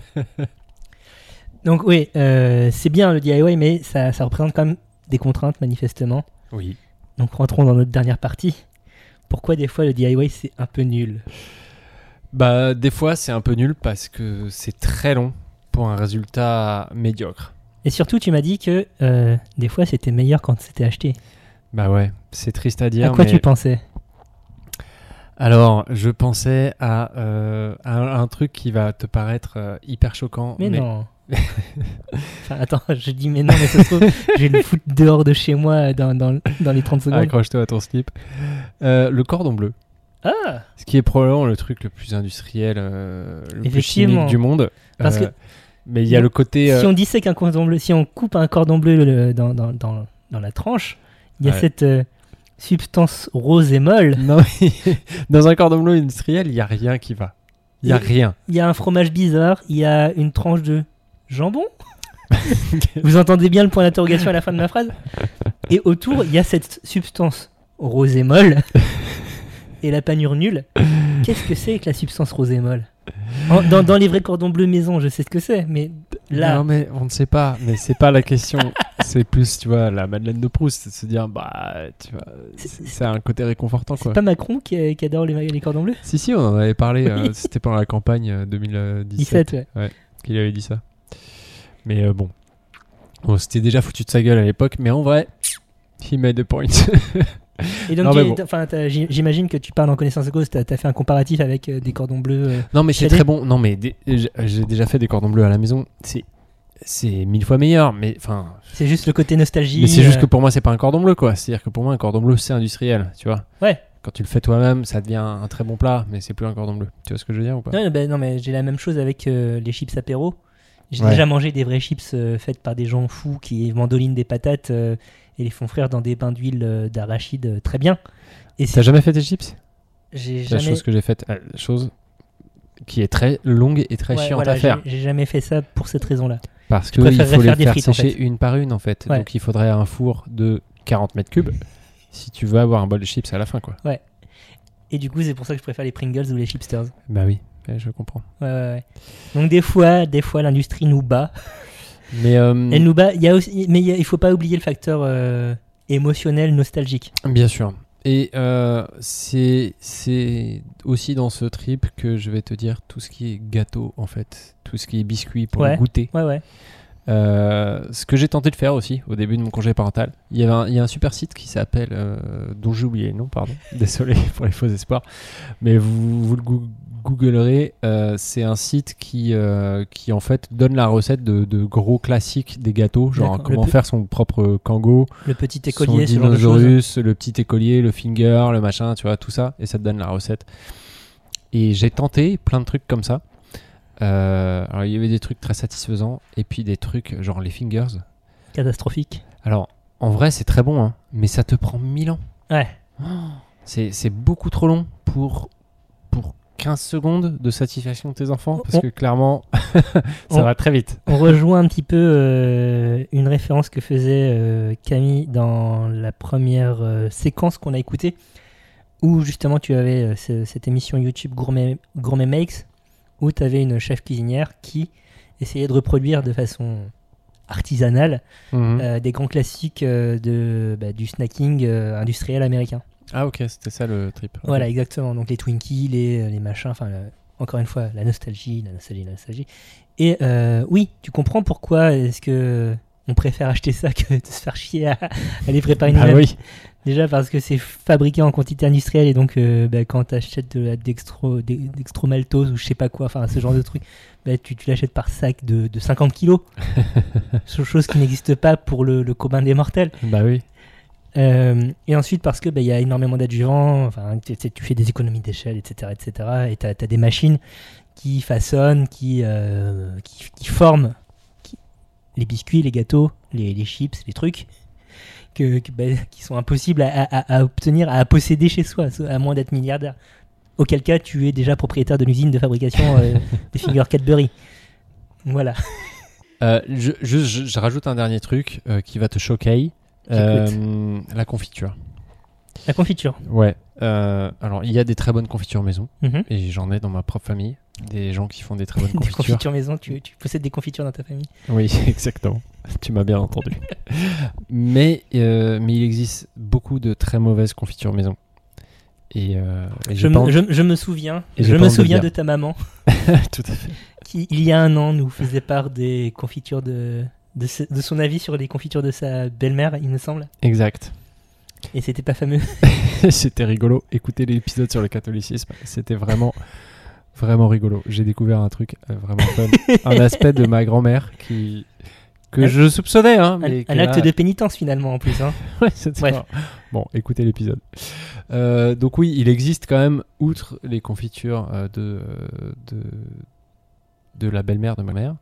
Donc oui, c'est bien le DIY, mais ça représente quand même des contraintes manifestement. Oui. Donc rentrons dans notre dernière partie. Pourquoi des fois le DIY c'est un peu nul ? Des fois c'est un peu nul parce que c'est très long pour un résultat médiocre. Et surtout tu m'as dit que des fois c'était meilleur quand c'était acheté. Bah ouais, c'est triste à dire. À quoi tu pensais ? Alors, je pensais à un truc qui va te paraître hyper choquant. Mais non. Attends, je dis mais non, mais ça se trouve, je vais le foutre dehors de chez moi dans les 30 secondes. Accroche-toi à ton slip. Le cordon bleu. Ah ! Ce qui est probablement le truc le plus industriel, le plus chimique du monde. Parce que mais il y a le côté... Si on dissèque un cordon bleu, si on coupe un cordon bleu dans la tranche, il y a cette substance rose et molle. Non, dans un cordon bleu industriel, il n'y a rien qui va. Il n'y a rien. Il y a un fromage bizarre, il y a une tranche de jambon. Vous entendez bien le point d'interrogation à la fin de ma phrase? Et autour, il y a cette substance rosée molle et la panure nulle. Qu'est-ce que c'est que la substance rosée molle? Dans les vrais cordons bleus maison, je sais ce que c'est, mais là... Non, mais on ne sait pas, mais c'est pas la question. C'est plus, tu vois, la Madeleine de Proust, c'est de se dire, bah, tu vois, c'est un côté réconfortant, quoi. C'est pas Macron qui adore les cordons bleus? Si, on en avait parlé, c'était pendant la campagne 2017. Ouais. Qu'il avait dit ça. Mais bon, c'était déjà foutu de sa gueule à l'époque, mais en vrai, he made a point. Et donc, j'imagine que tu parles en connaissance de cause, t'as fait un comparatif avec des cordons bleus. Non, mais c'est très bon. Non, mais j'ai déjà fait des cordons bleus à la maison. C'est 1000 fois meilleur, mais enfin. C'est juste le côté nostalgie. Mais c'est juste que pour moi, c'est pas un cordon bleu, quoi. C'est-à-dire que pour moi, un cordon bleu, c'est industriel, tu vois. Ouais. Quand tu le fais toi-même, ça devient un très bon plat, mais c'est plus un cordon bleu. Tu vois ce que je veux dire ou pas? Non, mais j'ai la même chose avec les chips apéro. J'ai déjà mangé des vrais chips faites par des gens fous qui mandolinent des patates et les font frire dans des bains d'huile d'arachide très bien. Et t'as jamais fait des chips? J'ai jamais... La chose que j'ai faite, chose qui est très longue et très chiante à faire. J'ai jamais fait ça pour cette raison-là. Parce qu'il faut les faire frites, sécher une par une en fait. Ouais. Donc il faudrait un four de 40 mètres cubes si tu veux avoir un bol de chips à la fin, quoi. Ouais. Et du coup, c'est pour ça que je préfère les Pringles ou les Chipsters. Bah oui, je comprends. Ouais. Donc des fois, l'industrie nous bat. Mais elle nous bat. Il faut pas oublier le facteur émotionnel, nostalgique. Bien sûr. Et c'est aussi dans ce trip que je vais te dire tout ce qui est gâteau, en fait. Tout ce qui est biscuit pour le goûter. Ouais. Ce que j'ai tenté de faire aussi au début de mon congé parental. Il y a un super site qui s'appelle... dont j'ai oublié le nom, pardon. Désolé pour les faux espoirs. Mais vous le googlerez. C'est un site qui en fait donne la recette de gros classiques des gâteaux. Genre comment faire son propre Kango. Le petit écolier, son dinosaurus, le petit écolier, le finger, le machin, tu vois, tout ça. Et ça te donne la recette. Et j'ai tenté plein de trucs comme ça. Alors il y avait des trucs très satisfaisants et puis des trucs genre les fingers. Catastrophique. Alors en vrai c'est très bon, hein, mais ça te prend 1000 ans. Ouais. C'est beaucoup trop long pour 15 secondes de satisfaction de tes enfants parce que clairement ça va très vite. On rejoint un petit peu une référence que faisait Camille dans la première séquence qu'on a écoutée où justement tu avais cette émission YouTube Gourmet Makes où tu avais une chef cuisinière qui essayait de reproduire de façon artisanale des grands classiques du snacking industriel américain. Ah ok, c'était ça le trip. Okay. Voilà, exactement. Donc les Twinkies, les machins, enfin encore une fois, la nostalgie. Et oui, tu comprends pourquoi est-ce que on préfère acheter ça que de se faire chier à les préparer nous-mêmes. Oui. Déjà parce que c'est fabriqué en quantité industrielle et donc quand tu achètes de la dextromaltose ou je sais pas quoi, enfin ce genre de truc, tu l'achètes par sac de 50 kilos. Chose qui n'existe pas pour le commun des mortels. Bah oui. Et ensuite parce que y a énormément d'adjuvants, enfin, tu fais des économies d'échelle, etc. Et tu as des machines qui façonnent, qui forment les biscuits, les gâteaux, les chips, les trucs qui sont impossibles à obtenir, à posséder chez soi, à moins d'être milliardaire. Auquel cas, tu es déjà propriétaire de l'usine de fabrication des fingers Cadbury. Voilà. Je rajoute un dernier truc qui va te choquer. La confiture. La confiture. Ouais. Alors, il y a des très bonnes confitures maison. Et j'en ai dans ma propre famille. Des gens qui font des très bonnes confitures. Des confitures maison, tu possèdes des confitures dans ta famille? Oui, exactement. Tu m'as bien entendu. Mais il existe beaucoup de très mauvaises confitures maison. Et je me souviens. Je me souviens de ta maman. Tout à fait. Qui, il y a un an, nous faisait part des confitures de son avis sur les confitures de sa belle-mère, il me semble. Exact. Et c'était pas fameux. C'était rigolo. Écoutez l'épisode sur le catholicisme. C'était vraiment rigolo. J'ai découvert un truc vraiment fun. Un aspect de ma grand-mère que je soupçonnais. Hein, mais un acte de pénitence finalement en plus. Hein. Ouais, c'est ça. Bon, écoutez l'épisode. Donc oui, il existe quand même, outre les confitures de la belle-mère de ma mère,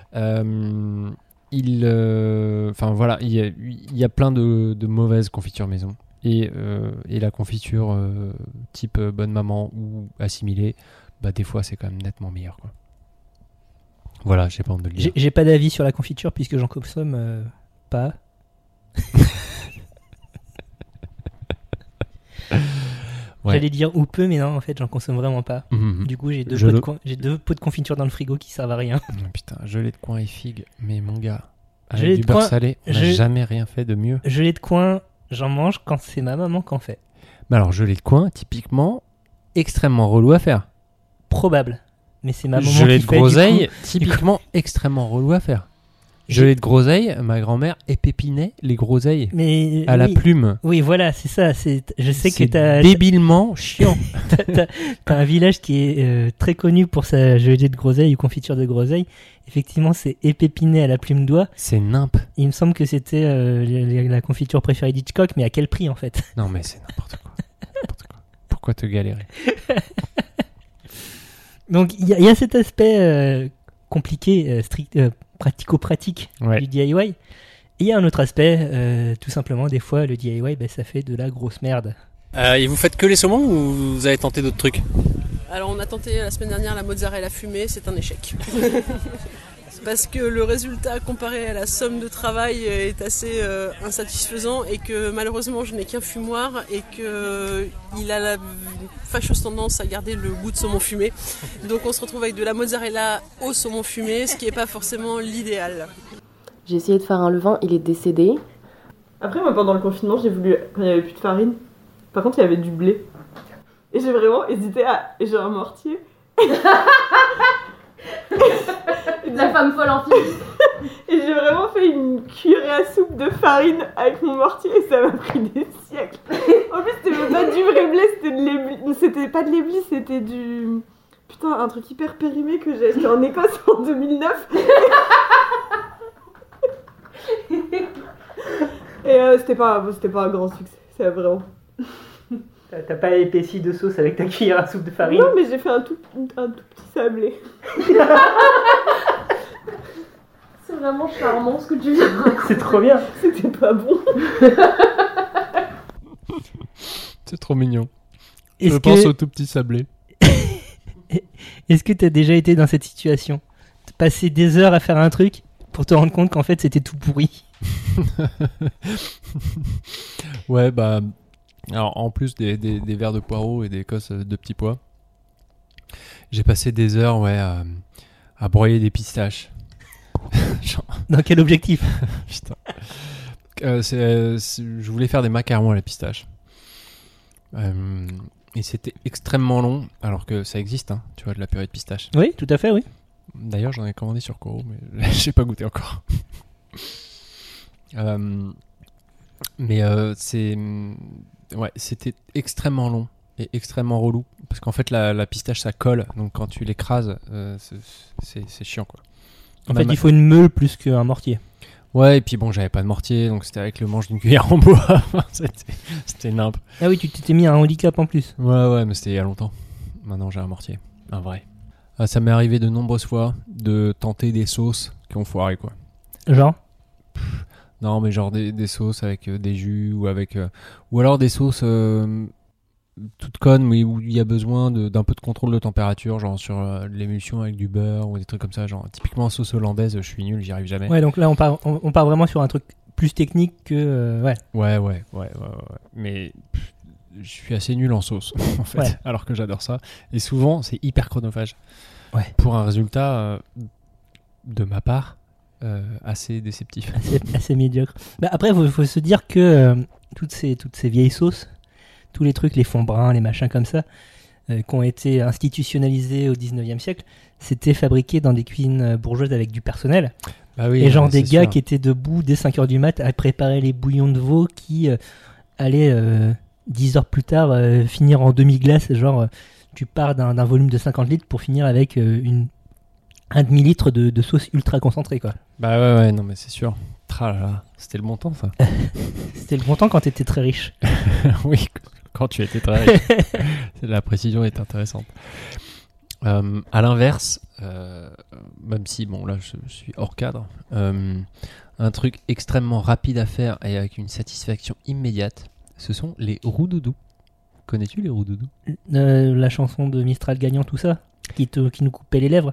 enfin voilà, il y a plein de mauvaises confitures maison. Et la confiture type bonne maman ou assimilée, des fois c'est quand même nettement meilleur, quoi. Voilà, j'ai pas honte de le dire. J'ai pas d'avis sur la confiture puisque j'en consomme pas. Ouais. J'allais dire ou peu, mais non, en fait, j'en consomme vraiment pas. Du coup, j'ai deux pots de confiture dans le frigo qui servent à rien. Oh, putain, gelée de coin et figue, mais mon gars, Gelée avec de du beurre coin, salé, on n'a jamais rien fait de mieux. Gelée de coin, j'en mange quand c'est ma maman qui en fait. Mais alors, gelée de coin, typiquement, extrêmement relou à faire. Probable. Mais c'est ma maman Gelée qui de fait. groseille, typiquement extrêmement relou à faire. Gelée de groseille, ma grand-mère épépinait les groseilles à la plume. Oui, voilà, c'est ça. Je sais que C'est t'as débilement chiant. t'as un village qui est très connu pour sa gelée de groseille ou confiture de groseille. Effectivement, c'est épépiné à la plume d'oie. C'est nimp. Il me semble que c'était la confiture préférée d'Hitchcock, mais à quel prix en fait? Non, mais c'est n'importe quoi. Pourquoi te galérer? Donc, il y a cet aspect compliqué, strict, pratico-pratique du DIY. Et il y a un autre aspect, tout simplement, des fois, le DIY, ça fait de la grosse merde. Et vous faites que les saumons ou vous avez tenté d'autres trucs? Alors on a tenté la semaine dernière la mozzarella fumée, c'est un échec. Parce que le résultat comparé à la somme de travail est assez insatisfaisant et que malheureusement je n'ai qu'un fumoir et qu'il a la fâcheuse tendance à garder le goût de saumon fumé. Donc on se retrouve avec de la mozzarella au saumon fumé, ce qui n'est pas forcément l'idéal. J'ai essayé de faire un levain, il est décédé. Après moi pendant le confinement j'ai voulu, quand il n'y avait plus de farine, par contre il y avait du blé. Et j'ai vraiment hésité à... J'ai un mortier. La femme folle en fille. Et j'ai vraiment fait une cuillerée à soupe de farine avec mon mortier et ça m'a pris des siècles. En plus c'était même pas du vrai blé, c'était de l'éblis. C'était pas de l'éblis, c'était du... Putain, un truc hyper périmé que j'ai acheté en Écosse en 2009. Et c'était pas un grand succès, c'est vraiment... T'as pas épaissi de sauce avec ta cuillère à soupe de farine? Non, mais j'ai fait un tout petit sablé. C'est vraiment charmant ce que tu viens de raconter. C'est trop bien. C'était pas bon. C'est trop mignon. Je pense au tout petit sablé. Est-ce que t'as déjà été dans cette situation? Passer des heures à faire un truc pour te rendre compte qu'en fait c'était tout pourri? Ouais, bah... Alors, en plus des verres de poireaux et des cosses de petits pois, j'ai passé des heures à broyer des pistaches. Dans quel objectif? Putain. Je voulais faire des macarons à la pistache. Et c'était extrêmement long, alors que ça existe, hein, tu vois, de la purée de pistache. Oui, tout à fait, oui. D'ailleurs, j'en ai commandé sur Coro, mais j'ai pas goûté encore. C'était extrêmement long et extrêmement relou parce qu'en fait la pistache ça colle, donc quand tu l'écrases c'est chiant quoi. En fait il faut une meule plus qu'un mortier. Ouais, et puis bon, j'avais pas de mortier, donc c'était avec le manche d'une cuillère en bois. C'était nimp. Ah oui, tu t'étais mis un handicap en plus. Ouais, mais c'était il y a longtemps. Maintenant j'ai un mortier, un vrai. Ça m'est arrivé de nombreuses fois de tenter des sauces qui ont foiré quoi. Genre non, mais genre des sauces avec des jus ou avec ou alors des sauces toutes connes mais où il y a besoin d'un peu de contrôle de température, genre sur l'émulsion avec du beurre ou des trucs comme ça, genre typiquement sauce hollandaise, je suis nul, j'y arrive jamais. Ouais, donc là on part vraiment sur un truc plus technique que Ouais. Mais je suis assez nul en sauce en fait, alors que j'adore ça et souvent c'est hyper chronophage. Ouais. Pour un résultat de ma part assez déceptif. Assez médiocre. Bah après, il faut se dire que toutes ces vieilles sauces, tous les trucs, les fonds bruns, les machins comme ça, qui ont été institutionnalisés au 19e siècle, c'était fabriqué dans des cuisines bourgeoises avec du personnel. Bah oui, et genre des gars sûr. qui étaient debout dès 5h du mat à préparer les bouillons de veau qui allaient 10 heures plus tard finir en demi-glace. Genre, tu pars d'un volume de 50 litres pour finir avec un demi-litre de sauce ultra concentrée, quoi. Bah ouais, non mais c'est sûr. Tralala, c'était le bon temps ça. C'était le bon temps quand t'étais très riche. Oui, quand tu étais très riche. La précision est intéressante. À l'inverse, même si bon là je suis hors cadre, un truc extrêmement rapide à faire et avec une satisfaction immédiate, ce sont les roux-doudous. Connais-tu les roux-doudous? La chanson de Mistral gagnant, tout ça, qui nous coupait les lèvres.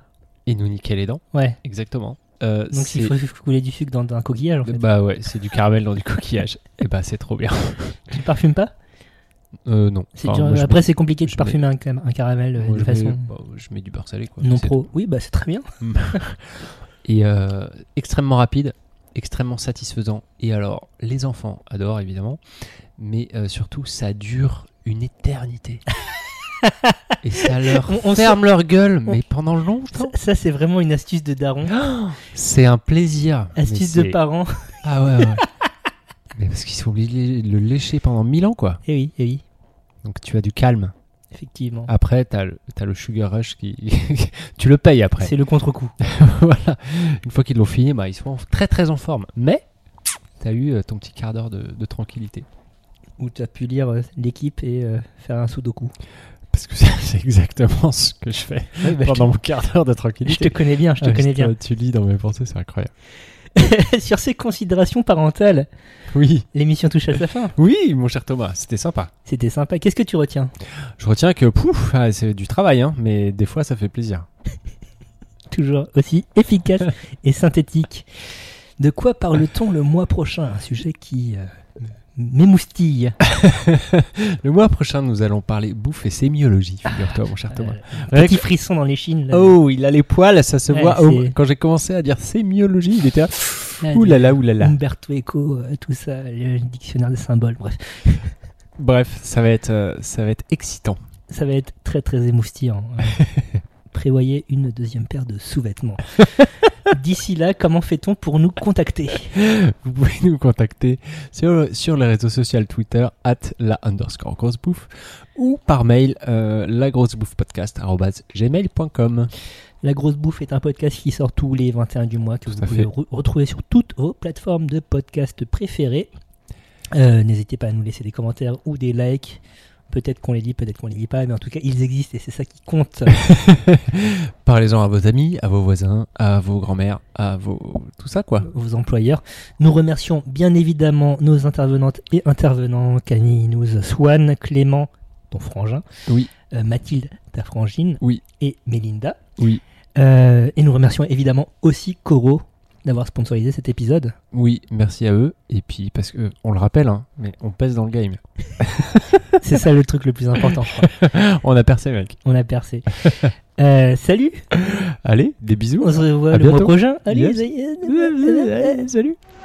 et nous niquer les dents. Ouais. Exactement. Donc il faut couler du sucre dans un coquillage en fait. Bah ouais, c'est du caramel dans du coquillage. Et bah c'est trop bien. Tu le parfumes pas? Non. C'est après c'est compliqué de parfumer un caramel de façon. Je mets du beurre salé quoi. Non pro. Tout. Oui bah c'est très bien. Et extrêmement rapide, extrêmement satisfaisant. Et alors les enfants adorent évidemment, mais surtout ça dure une éternité. Et ça leur ferme leur gueule, mais pendant longtemps. Ça c'est vraiment une astuce de daron. C'est un plaisir. Astuce de parents. Ah ouais. Mais parce qu'ils sont obligés de le lécher pendant 1000 ans, quoi. Eh oui. Donc tu as du calme. Effectivement. Après, t'as le sugar rush qui... tu le payes après. C'est le contre-coup. Voilà. Une fois qu'ils l'ont fini, ils sont très très en forme. Mais t'as eu ton petit quart d'heure de tranquillité. Où tu as pu lire l'équipe et faire un sudoku. Parce que c'est exactement ce que je fais pendant mon quart d'heure de tranquillité. Je te connais bien, bien. Tu lis dans mes pensées, c'est incroyable. Sur ces considérations parentales, oui, l'émission touche à sa fin. Oui, mon cher Thomas, c'était sympa. Qu'est-ce que tu retiens? Je retiens que c'est du travail, mais des fois ça fait plaisir. Toujours aussi efficace et synthétique. De quoi parle-t-on le mois prochain? Un sujet qui m'émoustille. Le mois prochain, nous allons parler bouffe et sémiologie, figure-toi, mon cher Thomas. Petit frisson dans l'échine. Oh, il a les poils, ça se voit. Oh, quand j'ai commencé à dire sémiologie, il était là. Oulala. Umberto Eco, tout ça, le dictionnaire des symboles, bref. Bref, ça va être excitant. Ça va être très très émoustillant. Prévoyez une deuxième paire de sous-vêtements. D'ici là, comment fait-on pour nous contacter? Vous pouvez nous contacter sur les réseaux sociaux Twitter @la_grossebouffe ou par mail lagrossebouffepodcast@gmail.com. La Grosse Bouffe est un podcast qui sort tous les 21 du mois que vous pouvez retrouver sur toutes vos plateformes de podcast préférées. N'hésitez pas à nous laisser des commentaires ou des likes. Peut-être qu'on les lit, peut-être qu'on les lit pas, mais en tout cas, ils existent et c'est ça qui compte. Parlez-en à vos amis, à vos voisins, à vos grands-mères, tout ça quoi. Vos employeurs. Nous remercions bien évidemment nos intervenantes et intervenants, Camille, Swan, Clément, ton frangin, oui. Mathilde, ta frangine, oui. Et Mélinda. Oui. Et nous remercions évidemment aussi Coro d'avoir sponsorisé cet épisode. Oui, merci à eux. Et puis, parce que on le rappelle, mais on pèse dans le game. C'est ça le truc le plus important, je crois. On a percé, mec. On a percé. Salut. Allez, des bisous. On se revoit le mois prochain. Allez, yes. Salut.